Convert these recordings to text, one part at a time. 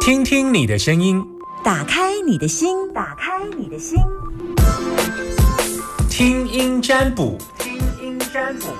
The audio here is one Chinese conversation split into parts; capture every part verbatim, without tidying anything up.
听听你的声音， 打开你的心，打开你的心， 听音占卜，听音占卜。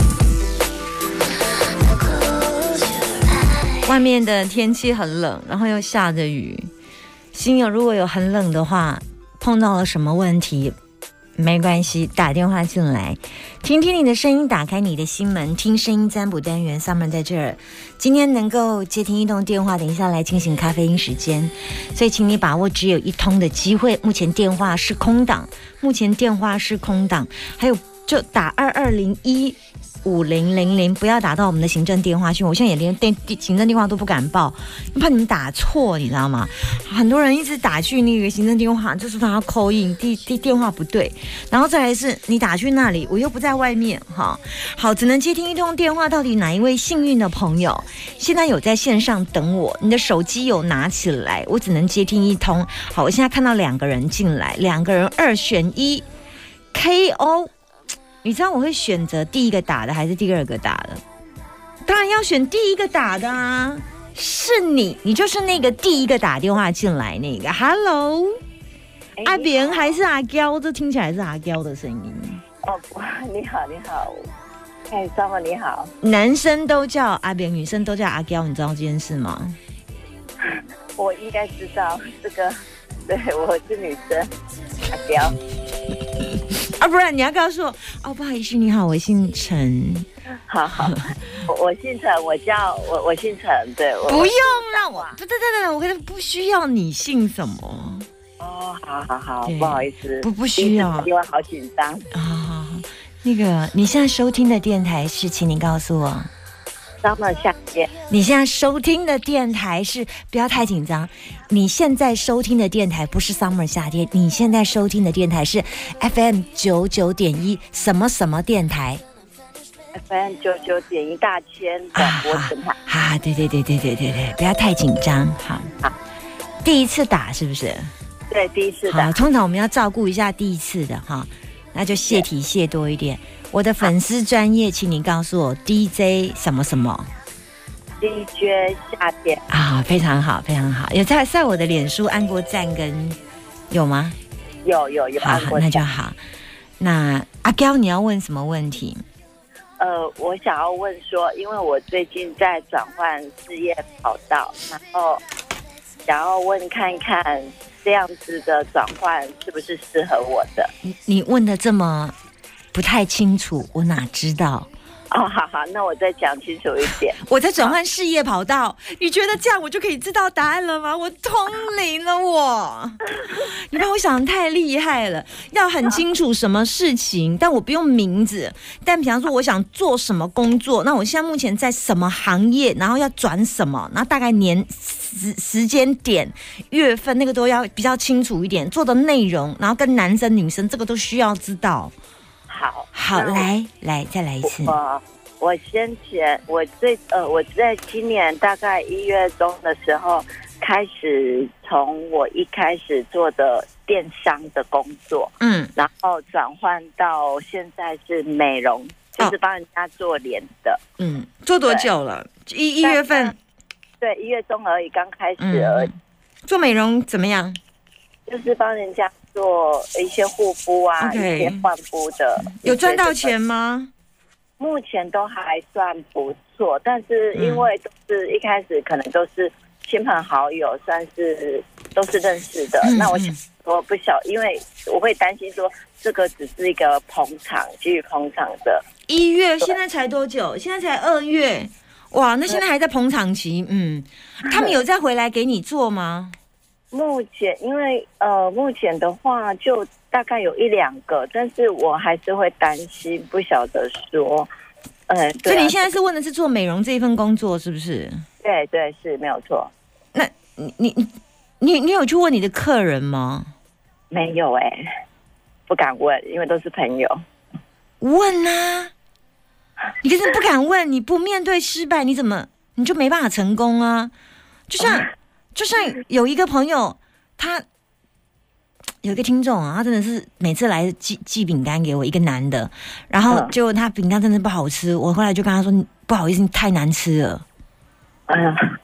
外面的天气很冷，然后又下着雨。心友如果有很冷的话，碰到了什么问题，没关系，打电话进来，听听你的声音，打开你的心门，听声音占卜单元 Summer 在这儿。今天能够接听一通电话，等一下来进行咖啡因时间，所以请你把握只有一通的机会。目前电话是空档，目前电话是空档，还有就打二二零一五零零零，不要打到我们的行政电话去。我现在也连电行政电话都不敢报，怕你们打错，你知道吗？很多人一直打去那个行政电话，就是他要 call in， 电电电话不对，然后再来是你打去那里，我又不在外面，哈，好，只能接听一通电话。到底哪一位幸运的朋友现在有在线上等我？你的手机有拿起来，我只能接听一通。好，我现在看到两个人进来，两个人二选一 ，K O。你知道我会选择第一个打的还是第二个打的？当然要选第一个打的啊！是你，你就是那个第一个打电话进来那个。Hello，、欸、阿扁还是阿娇？这听起来是阿娇的声音。 哦，你好，你好，哎，张文你好。 男生都叫阿扁，女生都叫阿娇，你知道这件事吗？ 我应该知道这个，对，我是女生，阿娇。 啊，不然你要告诉我哦，不好意思，你好，我姓陈。 好好，我我姓陈，我叫我我姓陈，对。我不用让我，对对对对，我跟他不需要你姓什么。 哦，好好好，不好意思， 不不需要， 因为好紧张啊。那个，你现在收听的电台是，请你告诉我。 Summer 夏天， 你现在收听的电台是，不要太紧张。你现在收听的电台不是 Summer 夏天，你现在收听的电台是 F M 九九点一什么什么电台 ？F M 九九点一大千广播电台。 啊，对对对对对对对，不要太紧张。好，好，第一次打是不是？ 对，第一次打。 通常我们要照顾一下第一次的哈，那就谢题谢多一点。我的粉丝专业，请你告诉我 D J 什么什么 D J 夏天啊，非常好，非常好。有在在我的脸书按过赞跟有吗？ 有有有按过赞， 那就好。那阿娇，你要问什么问题？ 呃，我想要问说，因为我最近在转换事业跑道，然后想要问看看这样子的转换是不是适合我的？ 你你问的这么不太清楚，我哪知道？ 哦，好好，那我再讲清楚一点。 我在转换事业跑道，你觉得这样我就可以知道答案了吗？我通灵了我，你把我想得太厉害了，要很清楚什么事情，但我不用名字。但比方说，我想做什么工作，那我现在目前在什么行业，然后要转什么，然后大概年时时间点、月份那个都要比较清楚一点。做的内容，然后跟男生、女生这个都需要知道。 好， 好，来来，再来一次。 我我先前我最呃，我在今年大概一月中的时候开始，从我一开始做的电商的工作，嗯，然后转换到现在是美容，就是帮人家做脸的。嗯， 做多久了？一一月份？ 对，一月中而已，刚开始而已。嗯、 做美容怎么样？ 就是帮人家做一些护肤啊， okay. 一些焕肤的。 有赚到钱吗？ 目前都还算不错，但是因为都是一开始可能都是亲朋好友，算是都是认识的。嗯、那我想说不晓，因为我会担心说这个只是一个捧场，基于捧场的。 一月现在才多久？现在才二月，哇，那现在还在捧场期。嗯，他们有再回来给你做吗？ 目前因为呃，目前的话就大概有一两个，但是我还是会担心，不晓得说，呃， 所以你现在是问的是做美容这一份工作是不是？ 对对，是没有错。 那你你你你有去问你的客人吗？ 没有哎、欸，不敢问，因为都是朋友。 问啊，你可是不敢问，你不面对失败，你怎么你就没办法成功啊？就像。就像有一个朋友，他有一个听众啊，他真的是每次来寄寄饼干给我，一个男的，然后结果他饼干真的不好吃，我后来就跟他说：“不好意思，你太难吃了。”嗯，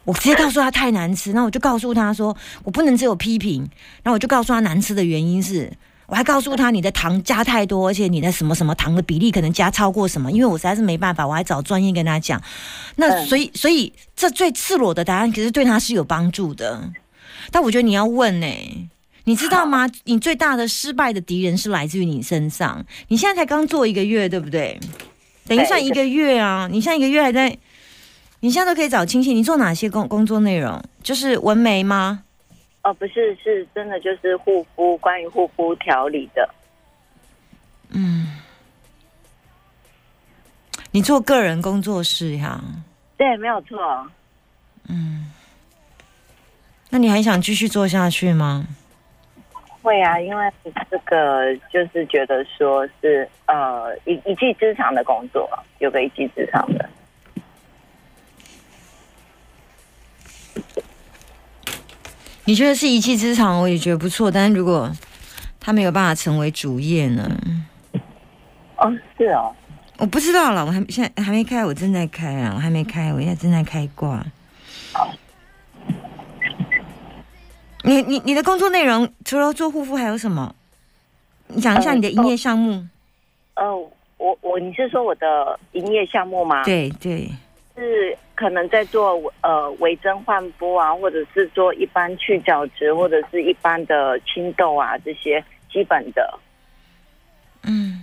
我直接告诉他太难吃，那我就告诉他说我不能只有批评，然后我就告诉他难吃的原因是，我还告诉他你的糖加太多，而且你的什么什么糖的比例可能加超过什么，因为我实在是没办法，我还找专业跟他讲。那所以所以这最赤裸的答案，可是对他是有帮助的。但我觉得你要问呢、欸，你知道吗？你最大的失败的敌人是来自于你身上。你现在才刚做一个月，对不对？等于算一个月啊！你现在一个月还在，你现在都可以找亲戚。你做哪些工工作内容？就是纹眉吗？ 哦，不是，是真的就是护肤，关于护肤调理的。 嗯，你做个人工作室呀？ 对，没有错。 嗯，那你还想继续做下去吗？ 会啊，因为这个就是觉得说是呃一一技之长的工作，有个一技之长的。 你觉得是一技之长，我也觉得不错。但是如果他没有办法成为主业呢？ 哦，是哦， 我不知道了，我还现在还没开，我正在开啊，我还没开，我现在正在开挂。你你你的工作内容除了做护肤还有什么？你讲一下你的营业项目。 呃，我我你是说我的营业项目吗？ 对对， 是可能在做呃微针焕肤啊，或者是做一般去角质，或者是一般的清痘啊这些基本的。 嗯，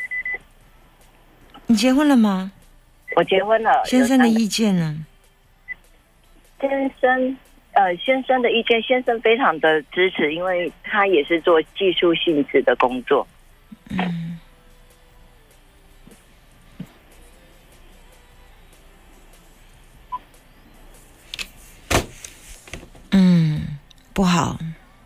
你结婚了吗？ 我结婚了。 先生的意见呢？ 先生。呃，先生的意见，先生非常的支持，因为他也是做技术性质的工作。 嗯，嗯，不好，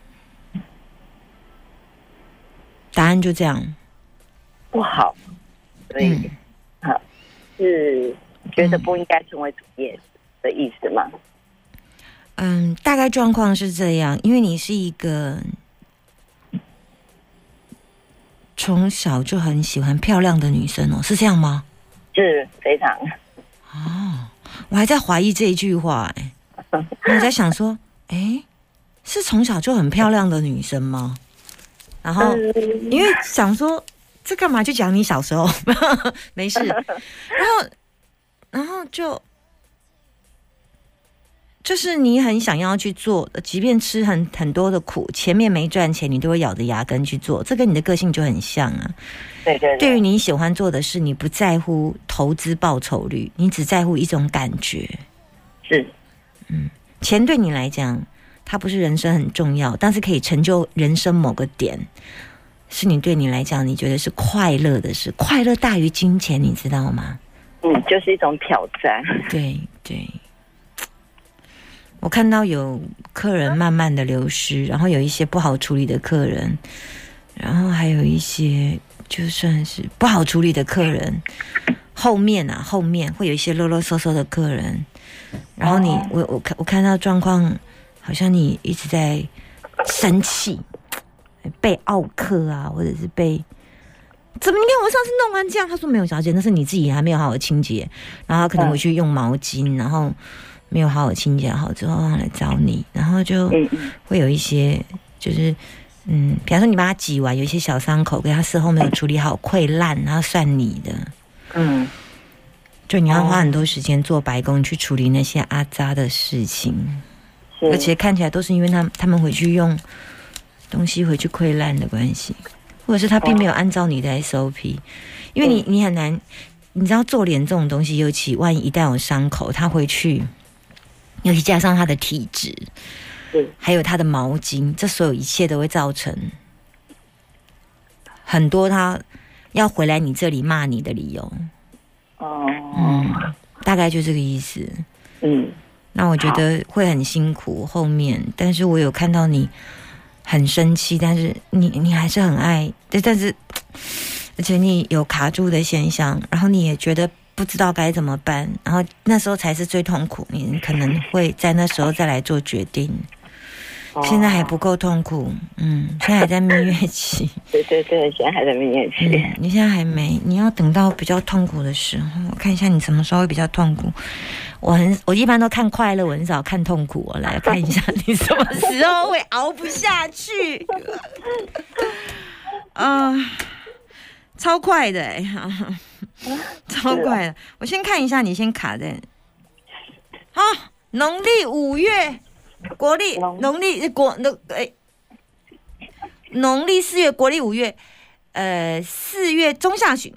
答案就这样， 不好，所以，嗯、好，是觉得不应该成为主业的意思吗？ 嗯，大概状况是这样，因为你是一个从小就很喜欢漂亮的女生哦，是这样吗？ 是非常。 哦，我还在怀疑这一句话哎，我在想说，哎，是从小就很漂亮的女生吗？然后因为想说这干嘛就讲你小时候，没事，然后然后就。就是你很想要去做的，即便吃很很多的苦，前面没赚钱，你都会咬着牙根去做，这跟你的个性就很像啊。 对对对。 对于你喜欢做的事，你不在乎投资报酬率，你只在乎一种感觉。 是， 嗯，钱对你来讲，它不是人生很重要，但是可以成就人生某个点，是你对你来讲，你觉得是快乐的事，快乐大于金钱，你知道吗？ 嗯，就是一种挑战。 对对。我看到有客人慢慢的流失，然后有一些不好处理的客人，然后还有一些就算是不好处理的客人，后面啊后面会有一些啰啰嗦嗦的客人，然后你我我看我看到状况，好像你一直在生气，被傲客啊，或者是被怎么？你看我上次弄完这样，他说没有，小姐，那是你自己还没有好好清洁，然后他可能回去用毛巾，然后。没有好好清洁好之后来找你，然后就会有一些就是嗯，比方说你把它挤完，有一些小伤口，给他事后没有处理好溃烂，然后算你的，嗯，就你要花很多时间做白工去处理那些阿杂的事情，而且看起来都是因为他他们回去用东西回去溃烂的关系，或者是他并没有按照你的 S O P， 因为你你很难，你知道做脸这种东西，尤其万一一旦有伤口，他回去。尤其加上他的体质，还有他的毛巾，这所有一切都会造成很多他要回来你这里骂你的理由。哦，嗯，大概就这个意思。嗯，那我觉得会很辛苦后面，但是我有看到你很生气，但是你你还是很爱，但是而且你有卡住的现象，然后你也觉得。不知道该怎么办，然后那时候才是最痛苦，你可能会在那时候再来做决定。 哦、现在还不够痛苦，嗯，现在还在蜜月期。 对对对，现在还在蜜月期、 嗯。你现在还没，你要等到比较痛苦的时候，我看一下你什么时候会比较痛苦。我很，我一般都看快乐，我很少看痛苦。我来看一下你什么时候会熬不下去。啊、呃，超快的哎、欸，超快的。我先看一下，你先卡在。好，农历五月。国历农历国那哎，农历四月，国历五月，呃，四月中下旬，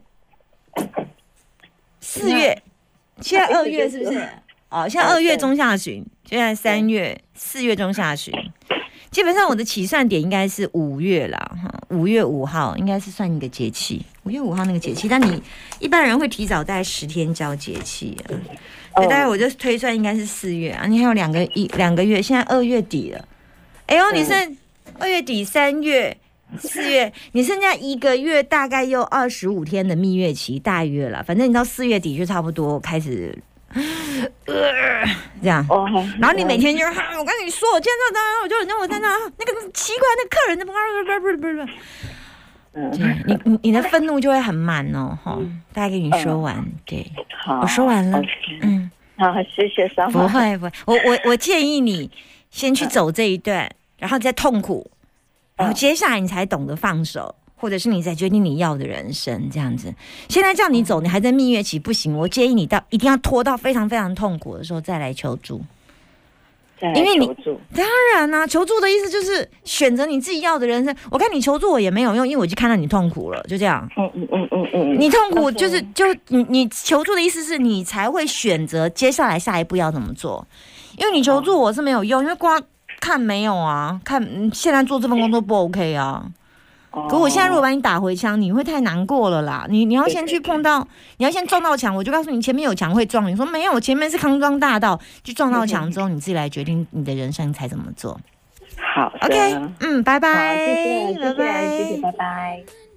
四月，现在二月是不是？哦，现在二月中下旬，现在三月，四月中下旬，基本上我的起算点应该是五月啦，哈，五月五号应该是算一个节气，五月五号那个节气，但你一般人会提早大概十天交节气啊。所以大概我就推算应该是四月啊，你还有两个一两个月，现在二月底了，哎呦，你剩二月底、三月、四月，你剩下一个月，大概又二十五天的蜜月期，大约了。反正你到四月底就差不多开始，呃，这样。然后你每天就，哈，我跟你说，我见到他，我就让我在那那个奇怪那个客人，那不不不不不不。嗯，你你你的愤怒就会很满哦，哈、嗯，大概给你说完，嗯、对， 好， 我说完了， okay. 嗯， 好，谢谢桑不会不会，我我我建议你先去走这一段，然后再痛苦，然后接下来你才懂得放手，或者是你才决定你要的人生这样子。现在叫你走，你还在蜜月期不行，我建议你到一定要拖到非常非常痛苦的时候再来求助。因为你当然啦、啊，求助的意思就是选择你自己要的人生。我看你求助我也没有用，因为我就看到你痛苦了，就这样。 嗯嗯嗯嗯嗯。 你痛苦就是就你你求助的意思是你才会选择接下来下一步要怎么做。因为你求助我是没有用，因为光看没有啊，看现在做这份工作不 OK 啊。可我现在如果把你打回墙，你会太难过了啦。你你要先去碰到，你要先撞到墙。我就告诉你，前面有墙会撞。你说没有，我前面是康庄大道，就撞到墙之后，你自己来决定你的人生才怎么做。 好 ，OK， 嗯，拜拜， 谢谢，拜拜，谢谢，拜拜。